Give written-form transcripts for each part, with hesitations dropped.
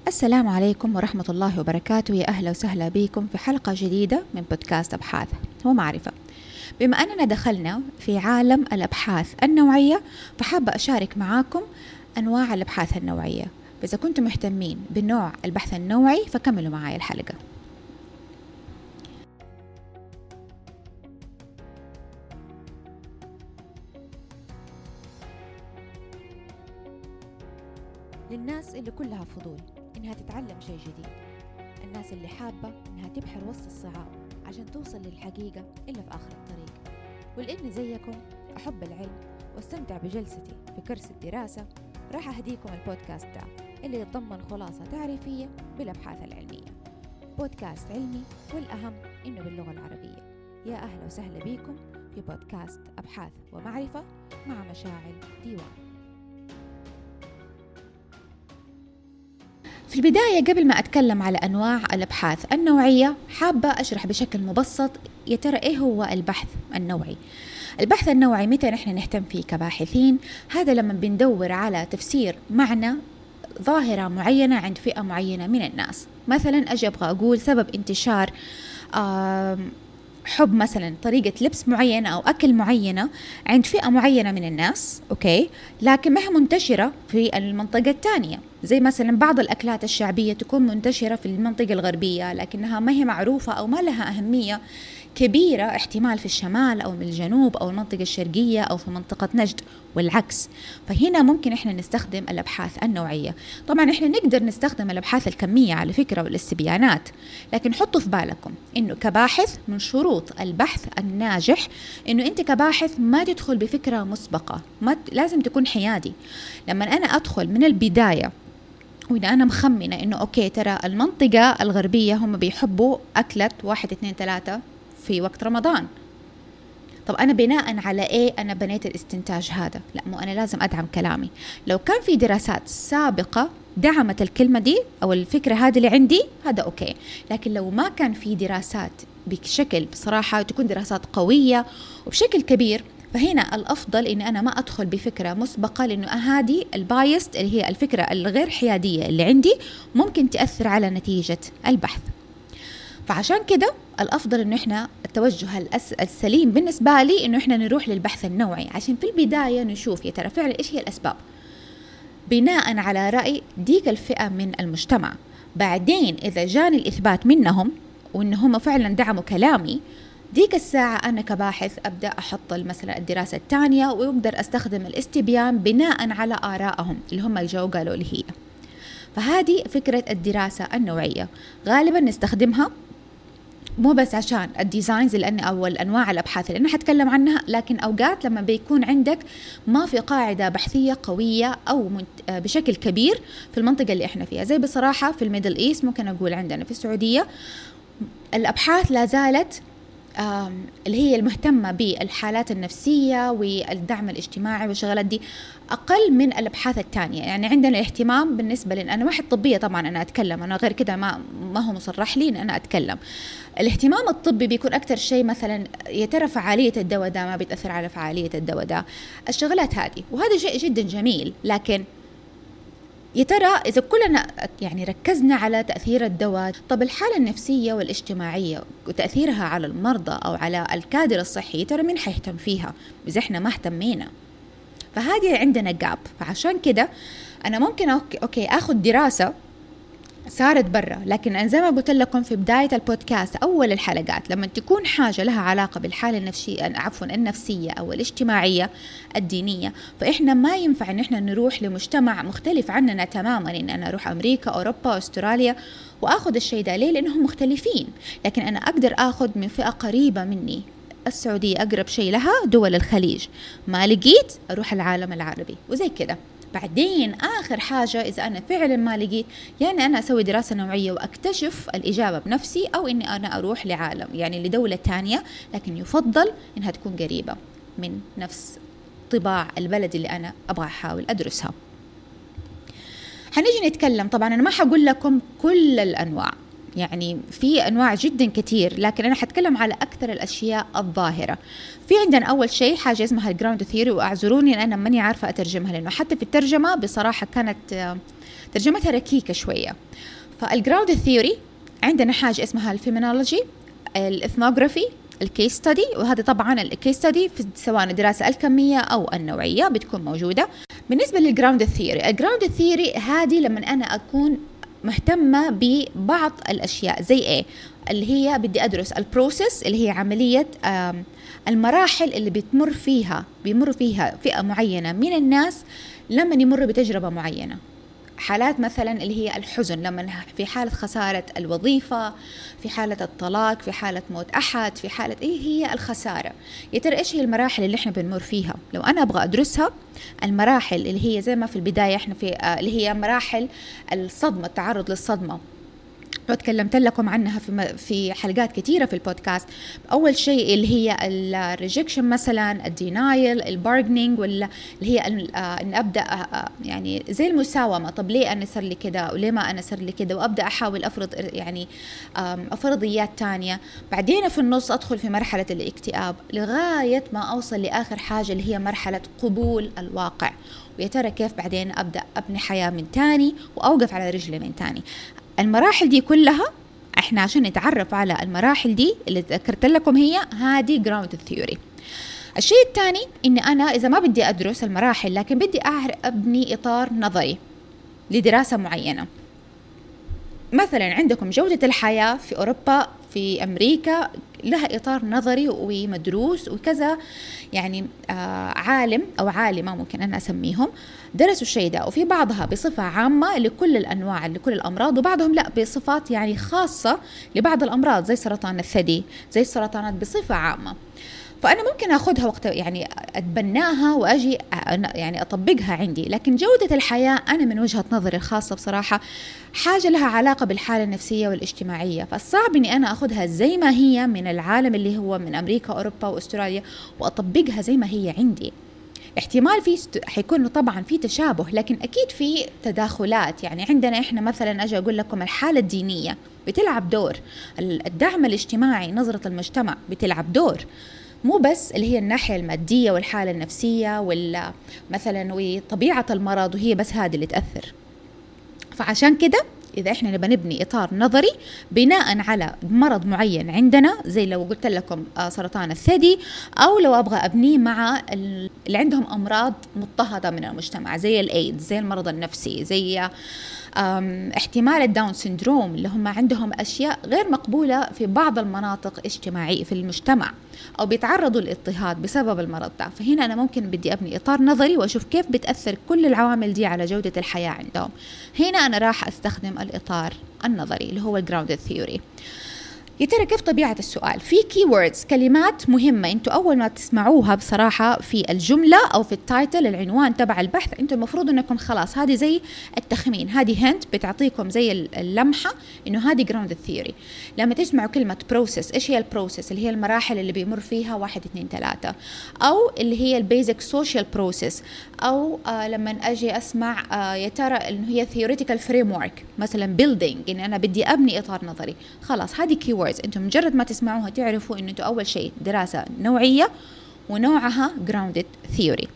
السلام عليكم ورحمة الله وبركاته. يا أهلا وسهلا بكم في حلقة جديدة من بودكاست أبحاث ومعرفة. بما أننا دخلنا في عالم الأبحاث النوعية فحابة أشارك معاكم أنواع الأبحاث النوعية، فإذا كنتم مهتمين بنوع البحث النوعي فكملوا معي الحلقة. للناس اللي كلها فضول إنها تتعلم شيء جديد، الناس اللي حابة إنها تبحر وسط الصعاب عشان توصل للحقيقة إلا في آخر الطريق، ولأني زيكم أحب العلم واستمتع بجلستي في كرسي الدراسة، راح أهديكم البودكاست ده اللي يتضمن خلاصة تعريفية بالأبحاث العلمية. بودكاست علمي والأهم إنه باللغة العربية. يا أهلا وسهلا بكم في بودكاست أبحاث ومعرفة مع مشاعل ديوان. في البداية قبل ما أتكلم على أنواع الأبحاث النوعية حابة أشرح بشكل مبسط يا ترى إيه هو البحث النوعي. البحث النوعي متى نحن نهتم فيه كباحثين؟ هذا لما بندور على تفسير معنى ظاهرة معينة عند فئة معينة من الناس. مثلا أجي أبغى أقول سبب انتشار حب مثلا طريقة لبس معينة أو أكل معينة عند فئة معينة من الناس، أوكي، لكن ما هي منتشرة في المنطقة الثانية. زي مثلا بعض الأكلات الشعبية تكون منتشرة في المنطقة الغربية لكنها ما هي معروفة أو ما لها أهمية كبيرة احتمال في الشمال أو من الجنوب أو المنطقة الشرقية أو في منطقة نجد والعكس. فهنا ممكن إحنا نستخدم الأبحاث النوعية. طبعا إحنا نقدر نستخدم الأبحاث الكمية على فكرة والاستبيانات، لكن حطوا في بالكم إنه كباحث من شروط البحث الناجح إنه أنت كباحث ما تدخل بفكرة مسبقة، لازم تكون حيادي. لما أنا أدخل من البداية وإذا أنا مخمنة إنه أوكي ترى المنطقة الغربية هم بيحبوا أكلة 1 2 3 في وقت رمضان، طب أنا بناء على إيه أنا بنيت الاستنتاج هذا؟ لا، مو أنا لازم أدعم كلامي. لو كان في دراسات سابقة دعمت الكلمة دي أو الفكرة هذه اللي عندي هذا أوكي، لكن لو ما كان في دراسات بشكل بصراحة تكون دراسات قوية وبشكل كبير، فهنا الأفضل إن أنا ما أدخل بفكرة مسبقة، لأنه هذه البايست اللي هي الفكرة الغير حيادية اللي عندي ممكن تأثر على نتيجة البحث. فعشان كده الأفضل إنه إحنا التوجه السليم بالنسبة لي إنه إحنا نروح للبحث النوعي عشان في البداية نشوف يا ترى فعلا إيش هي الأسباب بناء على رأي ديك الفئة من المجتمع. بعدين إذا جاني الإثبات منهم وإنهم فعلا دعموا كلامي، ديك الساعة أنا كباحث أبدأ أحط مثلا الدراسة الثانية وأقدر أستخدم الاستبيان بناء على آرائهم اللي هم الجو قالوا لي هي. فهذه فكرة الدراسة النوعية، غالبا نستخدمها مو بس عشان الديزاينز أو الأنواع الأبحاث اللي أنا حتكلم عنها، لكن أوقات لما بيكون عندك ما في قاعدة بحثية قوية أو بشكل كبير في المنطقة اللي إحنا فيها. زي بصراحة في الميدل إيست ممكن أقول عندنا في السعودية الأبحاث لا زالت اللي هي المهتمة بالحالات النفسية والدعم الاجتماعي والشغلات دي أقل من الأبحاث التانية. يعني عندنا الاهتمام بالنسبة لأن أنا واحد طبية، طبعا أنا أتكلم، أنا غير كده ما هو مصرح لي أن أنا أتكلم. الاهتمام الطبي بيكون أكتر شيء مثلا يا ترى فعالية الدواء ده ما بيتأثر على فعالية الدواء ده، الشغلات هذه، وهذا شيء جدا جميل. لكن يا ترى إذا كلنا يعني ركزنا على تأثير الدواء، طب الحالة النفسية والاجتماعية وتأثيرها على المرضى أو على الكادر الصحي ترى مين حيهتم فيها إذا إحنا ما اهتمينا؟ فهذه عندنا جاب. فعشان كده أنا ممكن أوكي أخذ دراسة صارت برا، لكن زي ما قلت لكم في بداية البودكاست أول الحلقات، لما تكون حاجة لها علاقة بالحالة النفسية أو الاجتماعية الدينية، فإحنا ما ينفع إن إحنا نروح لمجتمع مختلف عننا تماما، إن أنا أروح أمريكا أوروبا أستراليا وأخذ الشيء ده. ليه؟ لأنهم مختلفين. لكن أنا أقدر أخذ من فئة قريبة مني. السعودية أقرب شيء لها دول الخليج، ما لقيت أروح العالم العربي وزي كده. بعدين آخر حاجة إذا أنا فعلا ما لقيت، يعني أنا أسوي دراسة نوعية وأكتشف الإجابة بنفسي، أو إني أنا أروح لعالم يعني لدولة تانية، لكن يفضل إنها تكون قريبة من نفس طباع البلد اللي أنا أبغى أحاول أدرسها. هنيجي نتكلم، طبعا أنا ما حقول لكم كل الأنواع، يعني في أنواع جدا كتير، لكن أنا حتكلم على أكثر الأشياء الظاهرة. في عندنا أول شيء حاجة اسمها الجراوند ثيوري، وأعذروني أنا ماني عارفة أترجمها لأنه حتى في الترجمة بصراحة كانت ترجمتها ركيكة شوية. فالجراوند ثيوري عندنا حاجة اسمها الفيمينولوجي، الإثنوغرافي، الكيس ستدي. وهذا طبعا الكيس ستدي في سواء الدراسة الكمية أو النوعية بتكون موجودة. بالنسبة للجراوند ثيوري، الجراوند ثيوري هذه لما أنا أكون مهتمة ببعض الأشياء زي إيه، اللي هي بدي أدرس البروسيس اللي هي عملية المراحل اللي بيمر فيها فئة معينة من الناس لما يمر بتجربة معينة. حالات مثلا اللي هي الحزن، لما في حالة خسارة الوظيفة، في حالة الطلاق، في حالة موت أحد، في حالة إيه هي الخسارة. يا ترى إيش هي المراحل اللي إحنا بنمر فيها؟ لو أنا أبغى أدرسها، المراحل اللي هي زي ما في البداية إحنا في اللي هي مراحل الصدمة، التعرض للصدمة، وتكلمت لكم عنها في حلقات كثيرة في البودكاست. أول شيء اللي هي الريجكشن مثلا، الدينايل، البارجنينج، ولا اللي هي أن أبدأ يعني زي المساومة. طب ليه أنا صار لي كده وليه ما أنا صار لي كده، وأبدأ أحاول أفرض يعني فرضيات تانية. بعدين في النص أدخل في مرحلة الاكتئاب لغاية ما أوصل لآخر حاجة اللي هي مرحلة قبول الواقع. ويا ترى كيف بعدين أبدأ أبني حياة من تاني وأوقف على رجلي من تاني. المراحل دي كلها احنا عشان نتعرف على المراحل دي اللي ذكرت لكم هي هذه جراوند ثيوري. الشيء الثاني ان انا اذا ما بدي ادرس المراحل لكن بدي ابني اطار نظري لدراسة معينة. مثلا عندكم جودة الحياة في أوروبا، في أمريكا، لها إطار نظري ومدروس وكذا، يعني عالم أو عالمة ممكن أنا أسميهم درسوا الشيء ده، وفي بعضها بصفة عامة لكل الأنواع لكل الأمراض، وبعضهم لا بصفات يعني خاصة لبعض الأمراض زي سرطان الثدي، زي السرطانات بصفة عامة. فأنا ممكن أخذها وقت يعني أتبناها وأجي يعني أطبقها عندي. لكن جودة الحياة أنا من وجهة نظري الخاصة بصراحة حاجة لها علاقة بالحالة النفسية والاجتماعية، فالصعب أني أنا أخذها زي ما هي من العالم اللي هو من أمريكا أوروبا وأستراليا وأطبقها زي ما هي عندي. احتمال حيكون طبعا في تشابه، لكن أكيد في تداخلات. يعني عندنا إحنا مثلا أجي أقول لكم الحالة الدينية بتلعب دور، الدعم الاجتماعي، نظرة المجتمع بتلعب دور، مو بس اللي هي الناحية المادية والحالة النفسية ولا مثلا وطبيعة المرض وهي بس هذه اللي تأثر. فعشان كده إذا إحنا نبى نبني إطار نظري بناء على مرض معين عندنا، زي لو قلت لكم سرطان الثدي، أو لو أبغى أبنيه مع اللي عندهم أمراض مضطهدة من المجتمع زي الإيدز، زي المرض النفسي، زي احتمال الداون سيندروم اللي هم عندهم أشياء غير مقبولة في بعض المناطق اجتماعية في المجتمع، أو بيتعرضوا للاضطهاد بسبب المرض ده. فهنا أنا ممكن بدي أبني إطار نظري وأشوف كيف بتأثر كل العوامل دي على جودة الحياة عندهم. هنا أنا راح أستخدم الإطار النظري اللي هو الجراوند ثيوري. يا ترى كيف طبيعة السؤال؟ في keywords، كلمات مهمة انتوا اول ما تسمعوها بصراحة في الجملة او في التايتل العنوان تبع البحث، انتوا المفروض انكم خلاص هذه زي التخمين، هذه هنت بتعطيكم زي اللمحة انه هذه جراوند ثيوري. لما تسمعوا كلمة بروسيس، ايش هي البروسيس؟ اللي هي المراحل اللي بيمر فيها 1 2 3، او اللي هي البيزك سوشيال بروسيس، او لما اجي اسمع يا ترى انه هي theoretical framework مثلا building، ان انا بدي ابني اطار نظري. خلاص هذه keywords انتم مجرد ما تسمعوها تعرفوا ان انتم اول شيء دراسة نوعية ونوعها grounded theory.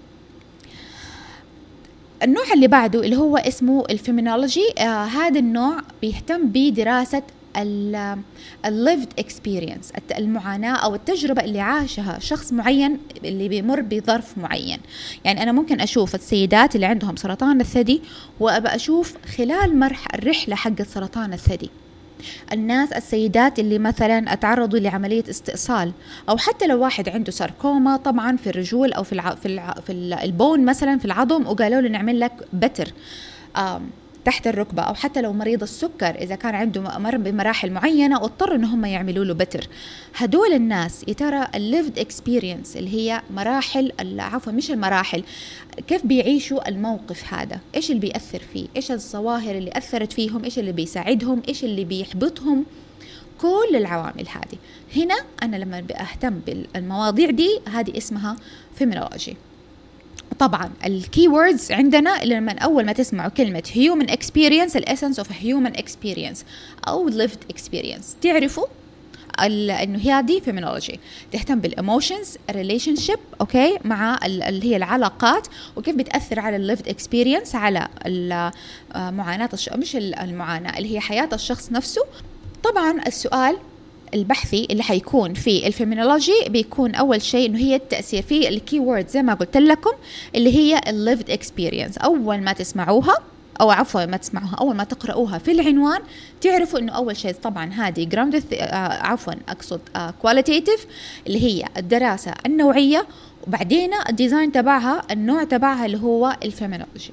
النوع اللي بعده اللي هو اسمه الفيمينولوجي. هذا النوع بيهتم بدراسة lived experience، المعاناة أو التجربة اللي عاشها شخص معين اللي بيمر بظرف معين. يعني أنا ممكن أشوف السيدات اللي عندهم سرطان الثدي وأبقى أشوف خلال الرحلة حق سرطان الثدي الناس السيدات اللي مثلا اتعرضوا لعملية استئصال، او حتى لو واحد عنده ساركوما طبعا في الرجول او في البون مثلا في العظم وقالوا له نعمل لك بتر تحت الركبة، أو حتى لو مريض السكر إذا كان عنده مر بمراحل معينة واضطر إن هم يعملوا له بتر. هدول الناس يترى الليفد اكسبيرينس اللي هي مراحل عفوا مش المراحل، كيف بيعيشوا الموقف هذا، إيش اللي بيأثر فيه، إيش الظواهر اللي أثرت فيهم، إيش اللي بيساعدهم، إيش اللي بيحبطهم، كل العوامل هذه. هنا أنا لما بأهتم بالمواضيع دي هذه اسمها فيمينولوجي. طبعا الكيوردز عندنا لما أول ما تسمعوا كلمة human experience، الessence of human experience أو lived experience، تعرفوا انه هي دي فيمينولوجي، تهتم بالايموشنز، الريليشن شيب، اوكي، مع اللي هي العلاقات، وكيف بتاثر على الليفد اكسبيرينس، على معاناه مش المعاناه، اللي هي حياه الشخص نفسه. طبعا السؤال البحثي اللي حيكون في الفيمينولوجي بيكون أول شيء إنه هي التأثير في الكي وورد زي ما قلت لكم، اللي هي الليفد اكسبيرينس. أول ما تسمعوها، أو عفوا ما تسمعوها، أول ما تقرأوها في العنوان تعرفوا إنه أول شيء طبعا هذه أقصد كواليتيتيف، اللي هي الدراسة النوعية، وبعدين الديزاين تبعها، النوع تبعها اللي هو الفيمينولوجي.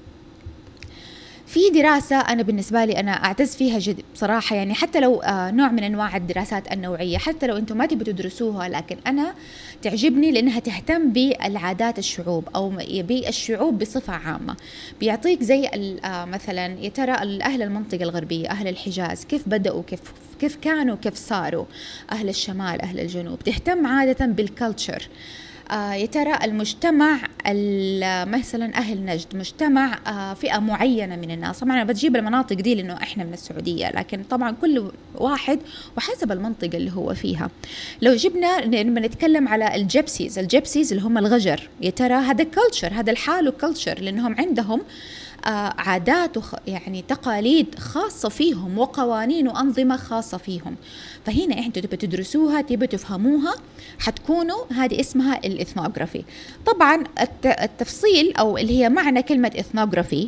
في دراسة أنا بالنسبة لي أنا أعتز فيها جد بصراحة، يعني حتى لو نوع من أنواع الدراسات النوعية، حتى لو أنتم ما تبوا تدرسوها، لكن أنا تعجبني لأنها تهتم بالعادات الشعوب أو بالشعوب بصفة عامة. بيعطيك زي مثلا يا ترى أهل المنطقة الغربية، أهل الحجاز كيف بدأوا، كيف كانوا، كيف صاروا، أهل الشمال، أهل الجنوب. تهتم عادة بالكالتشر. يا ترى المجتمع مثلا أهل نجد، مجتمع فئة معينة من الناس. طبعا أنا بتجيب المناطق دي لأنه إحنا من السعودية، لكن طبعا كل واحد وحسب المنطقة اللي هو فيها. لو جبنا نتكلم على الجيبسيز اللي هم الغجر، يا ترى هذا كلتشر، هذا الحال كلتشر، لأنهم عندهم عادات يعني تقاليد خاصة فيهم، وقوانين وأنظمة خاصة فيهم. فهنا انتوا تبقوا تدرسوها، تبقوا تفهموها، حتكونوا هذه اسمها الإثنوغرافي. طبعا التفصيل أو اللي هي معنى كلمة إثنوغرافي،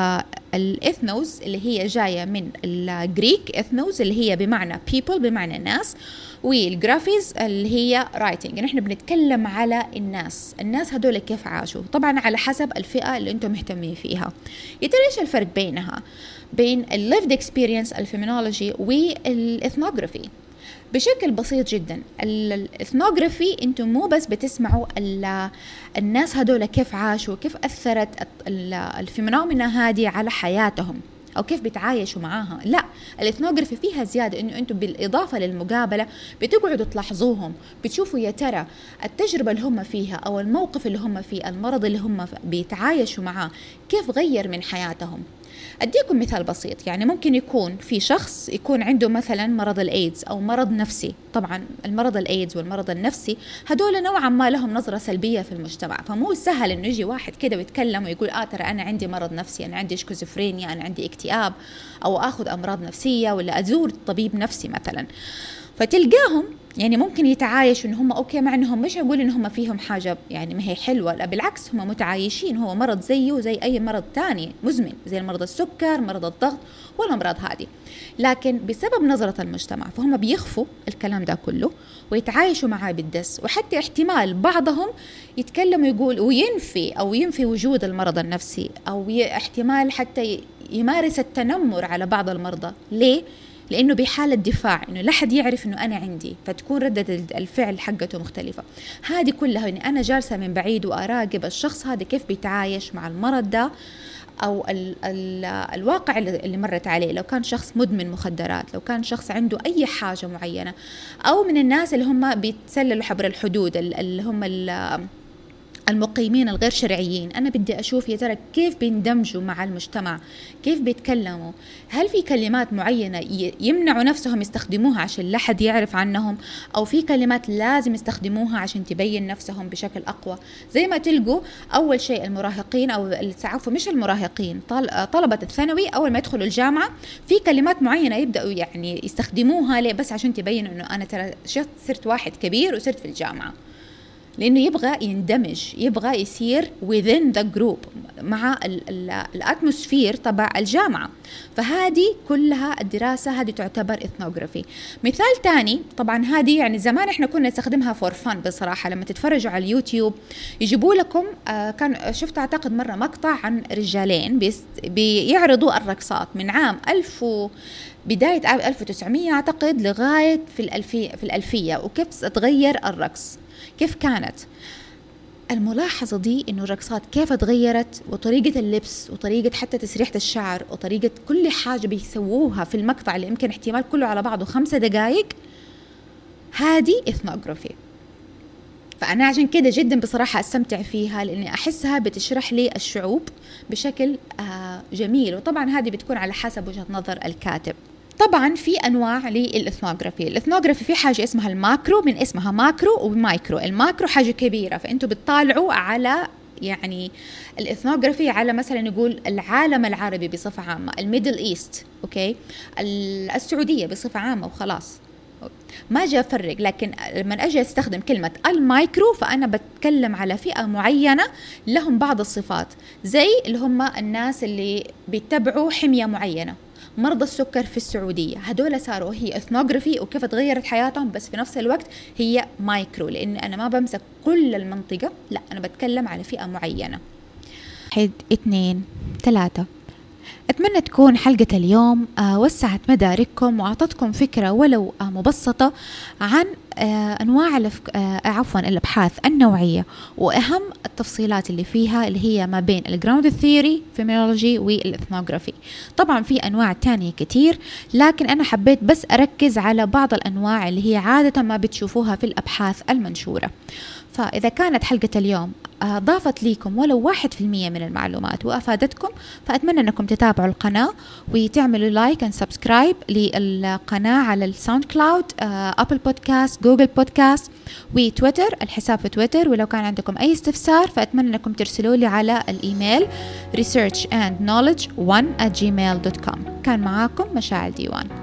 الإثنوز اللي هي جاية من الجريك إثنوز اللي هي بمعنى people، بمعنى الناس، والجرافيز اللي هي writing. نحن بنتكلم على الناس هدول كيف عاشوا، طبعا على حسب الفئة اللي انتم مهتمين فيها. يا ترى ايش الفرق بين الليفد اكسبيرينس الفيمينولوجي والإثنوغرافي؟ بشكل بسيط جدا. الإثنوغرافي انتم مو بس بتسمعوا الناس هدول كيف عاشوا، كيف أثرت الفينومينا هذه على حياتهم أو كيف بتعايشوا معاها، لا، الإثنوغرافي فيها زيادة، إنه أنتم بالإضافة للمقابلة بتقعدوا تلاحظوهم، بتشوفوا يا ترى التجربة اللي هم فيها أو الموقف اللي هم فيه، المرض اللي هم بيتعايشوا معاه كيف غير من حياتهم. أديكم مثال بسيط، يعني ممكن يكون في شخص يكون عنده مثلا مرض الإيدز أو مرض نفسي. طبعا المرض الإيدز والمرض النفسي هدول نوعا ما لهم نظرة سلبية في المجتمع، فمو سهل إنه يجي واحد كده ويتكلم ويقول ترى أنا عندي مرض نفسي، أنا عندي شيزوفرينيا، أنا عندي اكتئاب، أو أخذ أمراض نفسية، ولا أزور طبيب نفسي مثلا. فتلقاهم يعني ممكن يتعايشوا إن هم أوكي، مع إنهم مش هقول إن هم فيهم حاجة يعني ما هي حلوة، لا بالعكس هم متعايشين، هو مرض زيه زي أي مرض تاني مزمن، زي مرض السكر، مرض الضغط والأمراض هذه. لكن بسبب نظرة المجتمع فهم بيخفوا الكلام ده كله ويتعايشوا معاه بالدس، وحتى احتمال بعضهم يتكلم ويقول وينفي وجود المرض النفسي، أو احتمال حتى يمارس التنمر على بعض المرضى. ليه؟ لأنه بحالة دفاع، إنه لا حد يعرف إنه أنا عندي، فتكون ردة الفعل حقته مختلفة. هذه كلها إن أنا جالسة من بعيد وأراقب الشخص هذا كيف بيتعايش مع المرض ده، أو الواقع اللي مرت عليه. لو كان شخص مدمن مخدرات، لو كان شخص عنده أي حاجة معينة، أو من الناس اللي هم بيتسللوا حبر الحدود، اللي هم المقيمين الغير شرعيين، أنا بدي أشوف يا ترى كيف بيندمجوا مع المجتمع، كيف بيتكلموا، هل في كلمات معينة يمنعوا نفسهم يستخدموها عشان لا حد يعرف عنهم، أو في كلمات لازم يستخدموها عشان تبين نفسهم بشكل أقوى. زي ما تلقوا أول شيء المراهقين، أو عفوا مش المراهقين، طلبة الثانوي أول ما يدخلوا الجامعة في كلمات معينة يبدأوا يعني يستخدموها، ليه؟ بس عشان تبينوا إنه أنا ترى صرت واحد كبير وصرت في الجامعة، لأنه يبغى يندمج، يبغى يصير within the group مع الأتموسفير تبع الجامعة. فهذه كلها الدراسة هذه تعتبر إثنوغرافي. مثال تاني، طبعا هذه يعني زمان إحنا كنا نستخدمها for fun بصراحة. لما تتفرجوا على اليوتيوب يجيبوا لكم كان شفت أعتقد مرة مقطع عن رجالين بيعرضوا الرقصات من عام بداية 1900 أعتقد لغاية في الألفية، وكيف تغير الرقص، كيف كانت الملاحظة دي، إنه الرقصات كيف تغيرت، وطريقة اللبس، وطريقة حتى تسريحة الشعر، وطريقة كل حاجة بيسووها في المقطع اللي يمكن احتمال كله على بعضه 5 دقائق. هذه إثنوغرافي. فأنا عشان كده جدا بصراحة أستمتع فيها، لأني أحسها بتشرح لي الشعوب بشكل جميل. وطبعا هذه بتكون على حسب وجهة نظر الكاتب. طبعا في انواع للاثنوغرافي. الاثنوغرافي في حاجه اسمها الماكرو، من اسمها ماكرو ومايكرو. الماكرو حاجه كبيره، فانتوا بتطالعوا على يعني الاثنوغرافي على مثلا نقول العالم العربي بصفه عامه، الميدل ايست، اوكي، السعوديه بصفه عامه وخلاص، ما جاء أفرق. لكن لما أجي أستخدم كلمة المايكرو فأنا بتكلم على فئة معينة لهم بعض الصفات، زي اللي هم الناس اللي بيتبعوا حمية معينة، مرضى السكر في السعودية، هدول صاروا هي اثنوغرافي وكيف تغيرت حياتهم، بس في نفس الوقت هي مايكرو، لأن أنا ما بمسك كل المنطقة، لا أنا بتكلم على فئة معينة. 1 2 3. أتمنى تكون حلقة اليوم وسعت مدارككم وأعطتكم فكرة ولو مبسطة عن أنواع الأبحاث النوعية وأهم التفصيلات اللي فيها، اللي هي ما بين الجراوند ثيوري فيميولوجي والإثنوغرافي. طبعا في أنواع تانية كتير، لكن أنا حبيت بس أركز على بعض الأنواع اللي هي عادة ما بتشوفوها في الأبحاث المنشورة. فإذا كانت حلقة اليوم ضافت ليكم ولو 1% من المعلومات وأفادتكم، فأتمنى أنكم تتابعوا القناة وتعملوا لايك and سبسكرايب للقناة على الساوند كلاود، أبل بودكاست، جوجل بودكاست، وتويتر، الحساب في تويتر. ولو كان عندكم أي استفسار فأتمنى أنكم ترسلوا لي على الإيميل researchandknowledge1@gmail.com. كان معاكم مشاعل ديوان.